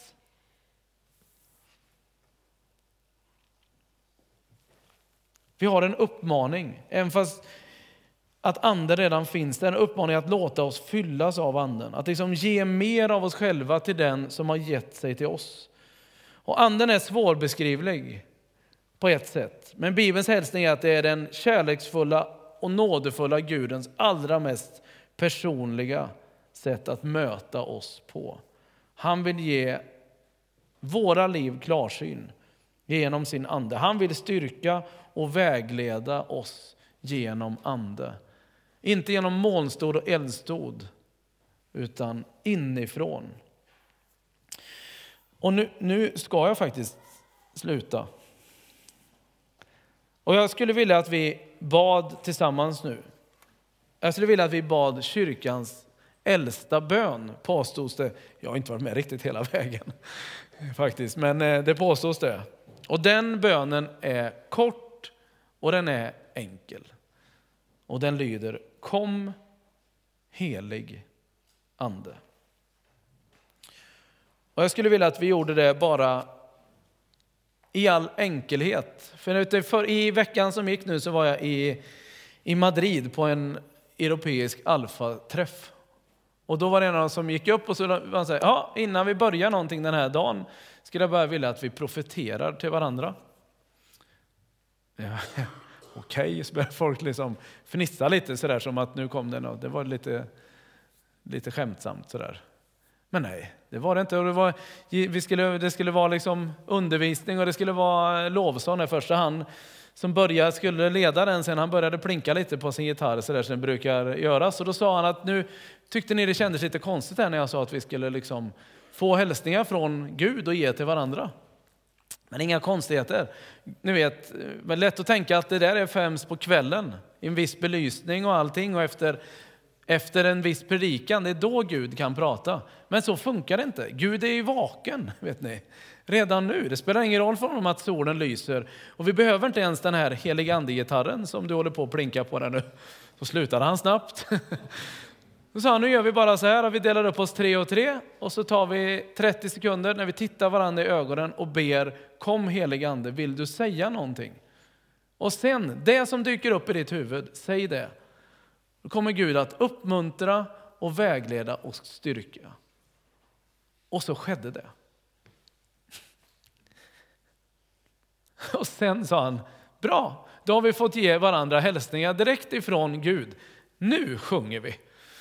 Vi har en uppmaning, även fast att anden redan finns. Det är en uppmaning att låta oss fyllas av anden. Att liksom ge mer av oss själva till den som har gett sig till oss. Och anden är svårbeskrivlig på ett sätt. Men Bibelns hälsning är att det är den kärleksfulla och nådefulla Gudens allra mest personliga sätt att möta oss på. Han vill ge våra liv klarsyn genom sin ande. Han vill styrka och vägleda oss genom ande. Inte genom molnstod och eldstod, utan inifrån. Och nu ska jag faktiskt sluta. Och jag skulle vilja att vi bad tillsammans nu. Jag skulle vilja att vi bad kyrkans äldsta bön, påstås det. Jag har inte varit med riktigt hela vägen faktiskt, men det påstås det. Och den bönen är kort och den är enkel. Och den lyder: Kom helig ande. Och jag skulle vilja att vi gjorde det bara i all enkelhet. För i veckan som gick nu så var jag i Madrid på en europeisk alfa-träff. Och då var det någon som gick upp och så var han säger: innan vi börjar någonting den här dagen skulle jag bara vilja att vi profeterar till varandra. Ja. okej. Så började folk liksom fnissa lite sådär som att nu kom det. Det var lite skämtsamt sådär. Men nej, det var det inte. Och det skulle vara liksom undervisning och det skulle vara lovsång i första hand. Som skulle leda den sen. Han började plinka lite på sin gitarr sådär som det brukar göras. Och då sa han att nu tyckte ni det kändes lite konstigt här när jag sa att vi skulle liksom få hälsningar från Gud och ge till varandra. Men inga konstigheter. Ni vet, det är lätt att tänka att det där är främst på kvällen. I en viss belysning och allting. Och efter en viss predikan, det är då Gud kan prata. Men så funkar det inte. Gud är ju vaken, vet ni. Redan nu. Det spelar ingen roll för honom att solen lyser. Och vi behöver inte ens den här heliga ande-gitarren som du håller på att plinka på där nu. Så slutade han snabbt. Så sa han, nu gör vi bara så här. Och vi delar upp oss 3 och 3. Och så tar vi 30 sekunder när vi tittar varandra i ögonen och ber, kom heliga ande, vill du säga någonting? Och sen, det som dyker upp i ditt huvud, säg det. Då kommer Gud att uppmuntra och vägleda och styrka. Och så skedde det. Och sen sa han, bra, då har vi fått ge varandra hälsningar direkt ifrån Gud. Nu sjunger vi.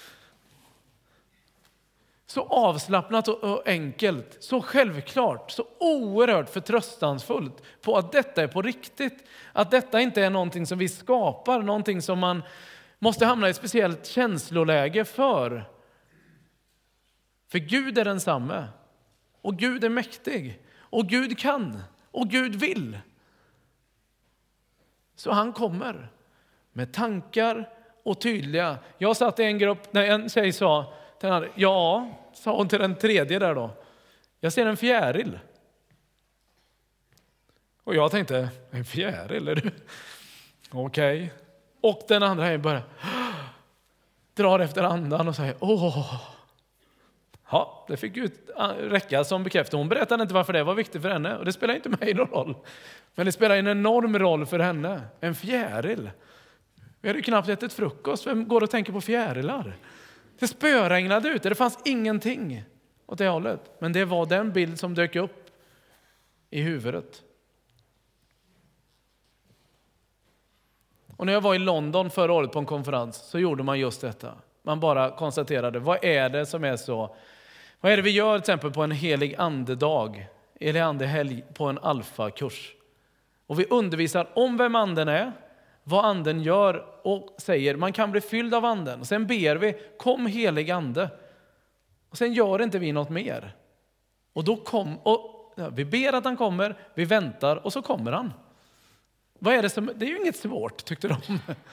Så avslappnat och enkelt, så självklart, så oerhört förtröstansfullt på att detta är på riktigt. Att detta inte är någonting som vi skapar, någonting som man måste hamna i ett speciellt känsloläge för. För Gud är densamme. Och Gud är mäktig. Och Gud kan. Och Gud vill. Så han kommer med tankar och tydliga. Jag satt i en grupp när en tjej sa till den andra, ja, sa hon till den tredje där då. Jag ser en fjäril. Och jag tänkte, en fjäril är du? Okej. Och den andra bara drar efter andan och säger, åh. Ja, det fick ju räcka som bekräftelse. Hon berättade inte varför det var viktigt för henne. Och det spelar inte mig någon roll. Men det spelar en enorm roll för henne. En fjäril. Vi hade ju knappt ätit frukost. Vem går och tänker på fjärilar? Det spöregnade ute. Det fanns ingenting åt det hållet. Men det var den bild som dök upp i huvudet. Och när jag var i London förra året på en konferens så gjorde man just detta. Man bara konstaterade, vad är det som är så... Vad är det vi gör till exempel på en helig andedag, eller andehelg på en alfakurs? Och vi undervisar om vem anden är, vad anden gör och säger, man kan bli fylld av anden. Och sen ber vi, kom helig ande. Och sen gör inte vi något mer. Och då vi ber att han kommer, vi väntar och så kommer han. Vad är det som, det är ju inget svårt, tyckte de.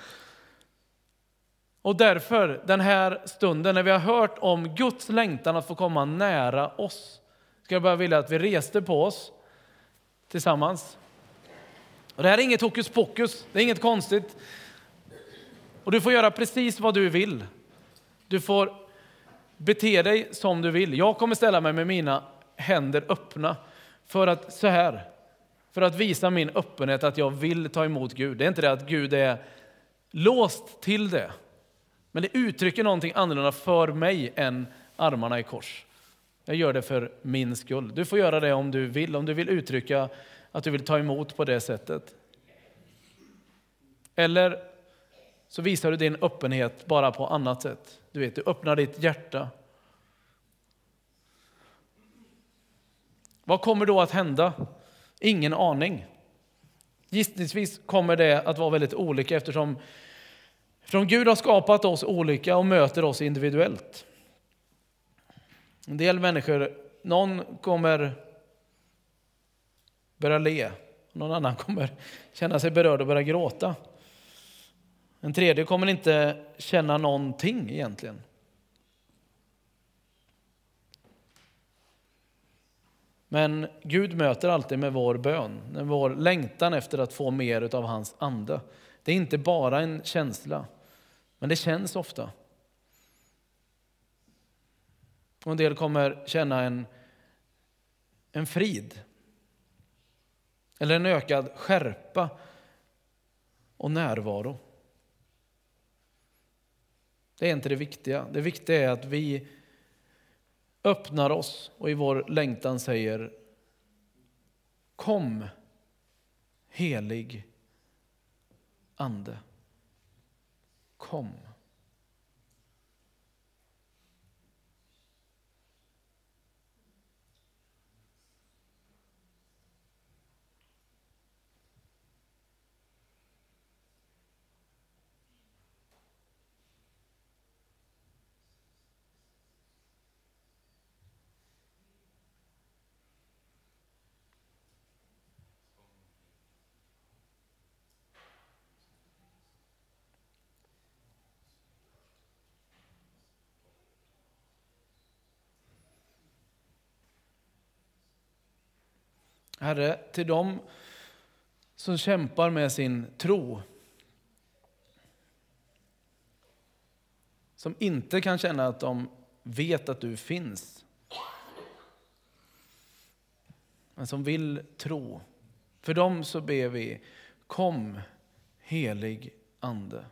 Och därför, den här stunden när vi har hört om Guds längtan att få komma nära oss, ska jag bara vilja att vi reste på oss tillsammans. Och det här är inget hokus pokus, det är inget konstigt. Och du får göra precis vad du vill. Du får bete dig som du vill. Jag kommer ställa mig med mina händer öppna för att visa min öppenhet att jag vill ta emot Gud. Det är inte det att Gud är låst till det. Men det uttrycker någonting annorlunda för mig än armarna i kors. Jag gör det för min skull. Du får göra det om du vill. Om du vill uttrycka att du vill ta emot på det sättet. Eller så visar du din öppenhet bara på annat sätt. Du vet, du öppnar ditt hjärta. Vad kommer då att hända? Ingen aning. Gissningsvis kommer det att vara väldigt olika eftersom Gud har skapat oss olika och möter oss individuellt. En del människor, någon kommer börja le. Någon annan kommer känna sig berörd och börja gråta. En tredje kommer inte känna någonting egentligen. Men Gud möter alltid med vår bön, med vår längtan efter att få mer av hans ande. Det är inte bara en känsla, men det känns ofta. Och en del kommer känna en frid. Eller en ökad skärpa och närvaro. Det är inte det viktiga. Det viktiga är att vi öppnar oss och i vår längtan säger: kom, helig ande, kom. Herre, till dem som kämpar med sin tro, som inte kan känna att de vet att du finns, men som vill tro, för dem så ber vi, kom helig ande.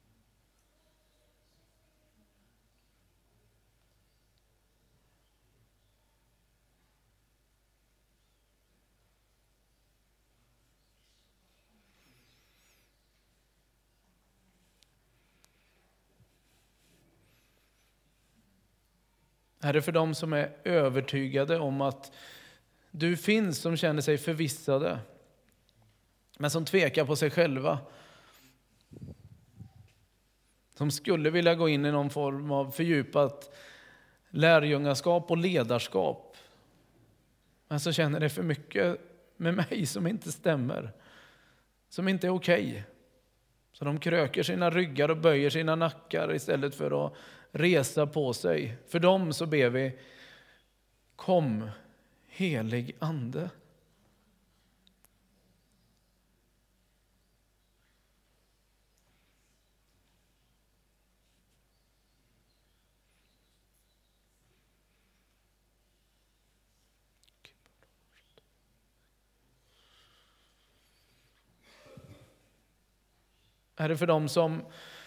Herre, för dem som är övertygade om att du finns, som känner sig förvissade, men som tvekar på sig själva, som skulle vilja gå in i någon form av fördjupat lärjungaskap och ledarskap, men som känner det för mycket med mig som inte stämmer, som inte är okej. Så de kröker sina ryggar och böjer sina nackar istället för att resa på sig. För dem så ber vi, kom helig ande. Herre, för dem som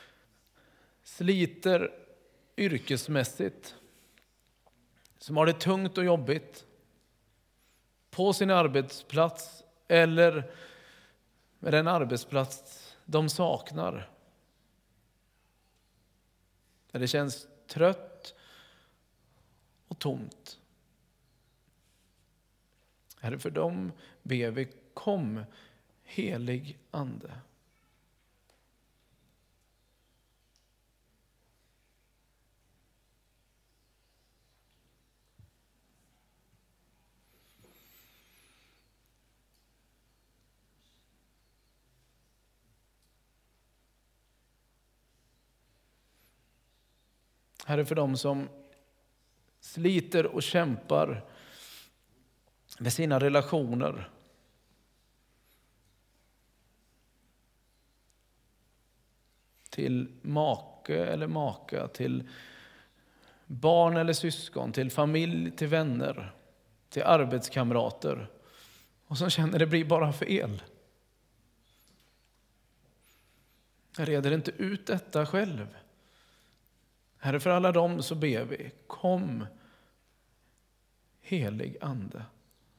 sliter yrkesmässigt, som har det tungt och jobbigt på sin arbetsplats eller med den arbetsplats de saknar, där det känns trött och tomt. Herre, för dem ber vi, kom helig ande. Herre, för dem som sliter och kämpar med sina relationer. Till make eller maka, till barn eller syskon, till familj, till vänner, till arbetskamrater. Och som känner det blir bara fel. Jag reder inte ut detta själv. Herre, för alla dem så ber vi, kom helig ande.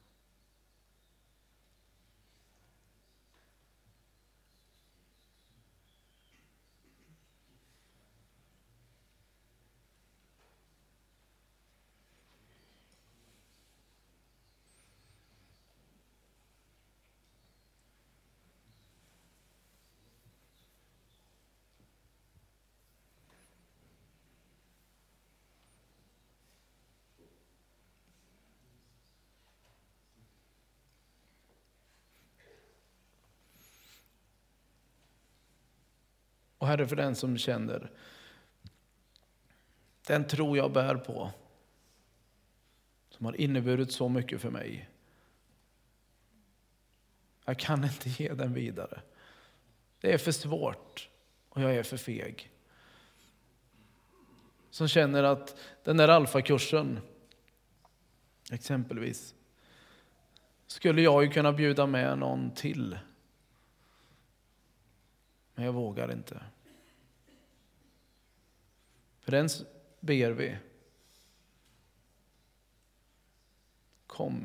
Och Herre, för den som känner den tro jag bär på, som har inneburit så mycket för mig. Jag kan inte ge den vidare. Det är för svårt och jag är för feg. Som känner att den där alfakursen, exempelvis, skulle jag ju kunna bjuda med någon till. Men jag vågar inte. För den ber vi, kom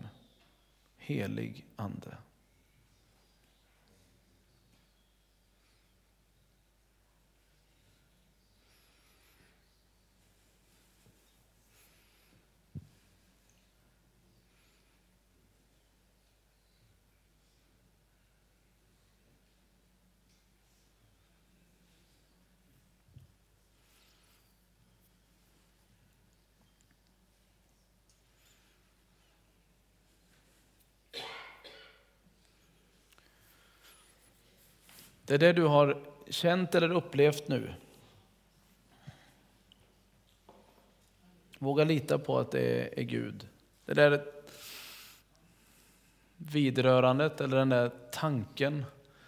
helig ande. Det är det du har känt eller upplevt nu. Våga lita på att det är Gud. Det där vidrörandet eller den där tanken.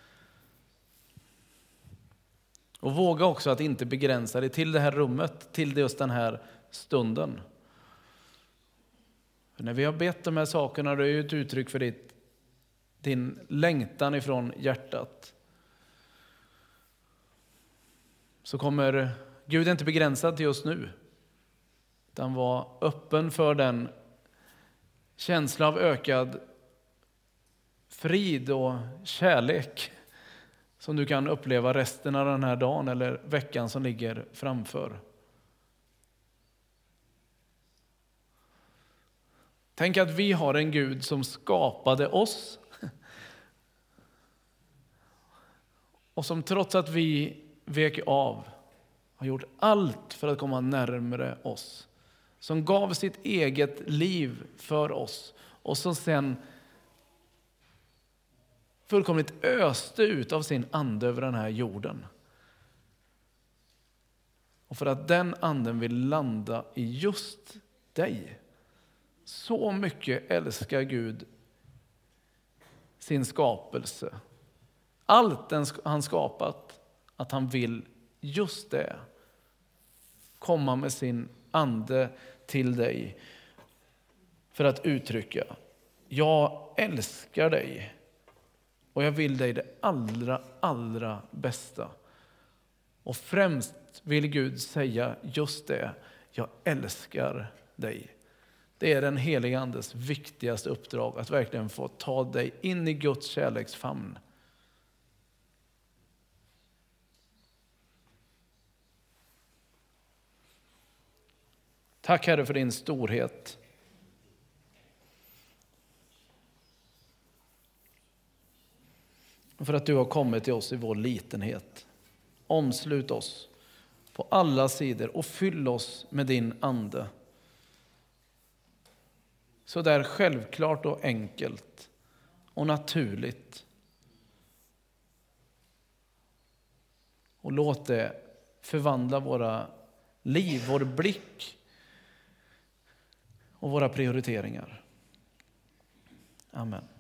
Och våga också att inte begränsa dig till det här rummet, till just den här stunden. För när vi har bett de här sakerna, det är ju ett uttryck för din längtan ifrån hjärtat. Så kommer Gud inte begränsad till just nu. Utan var öppen för den känsla av ökad frid och kärlek som du kan uppleva resten av den här dagen eller veckan som ligger framför. Tänk att vi har en Gud som skapade oss och som trots att vi vek av har gjort allt för att komma närmare oss. Som gav sitt eget liv för oss och som sen fullkomligt öste ut av sin ande över den här jorden. Och för att den anden vill landa i just dig. Så mycket älskar Gud sin skapelse. Allt han skapat, att han vill just det. Komma med sin ande till dig för att uttrycka: jag älskar dig och jag vill dig det allra bästa. Och främst vill Gud säga just det: jag älskar dig. Det är den heliga andes viktigaste uppdrag, att verkligen få ta dig in i Guds kärleksfamn. Tack Herre för din storhet. Och för att du har kommit till oss i vår litenhet. Omslut oss på alla sidor och fyll oss med din ande. Så där självklart och enkelt och naturligt. Och låt det förvandla våra liv, vår blick och våra prioriteringar. Amen.